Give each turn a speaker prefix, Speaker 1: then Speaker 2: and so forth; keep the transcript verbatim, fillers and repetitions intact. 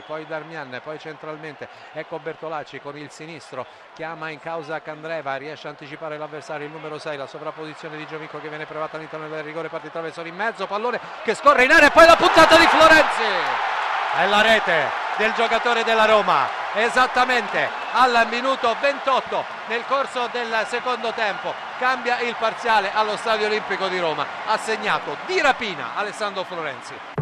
Speaker 1: poi Darmian, poi centralmente, ecco Bertolacci con il sinistro, chiama in causa Candreva, riesce a anticipare l'avversario, il numero sei, la sovrapposizione di Giovinco che viene privata all'interno del rigore, parte il traversone in mezzo, pallone che scorre in area e poi la puntata di Florenzi! È la rete del giocatore della Roma, esattamente al minuto ventotto nel corso del secondo tempo, cambia il parziale allo Stadio Olimpico di Roma, ha segnato di rapina Alessandro Florenzi.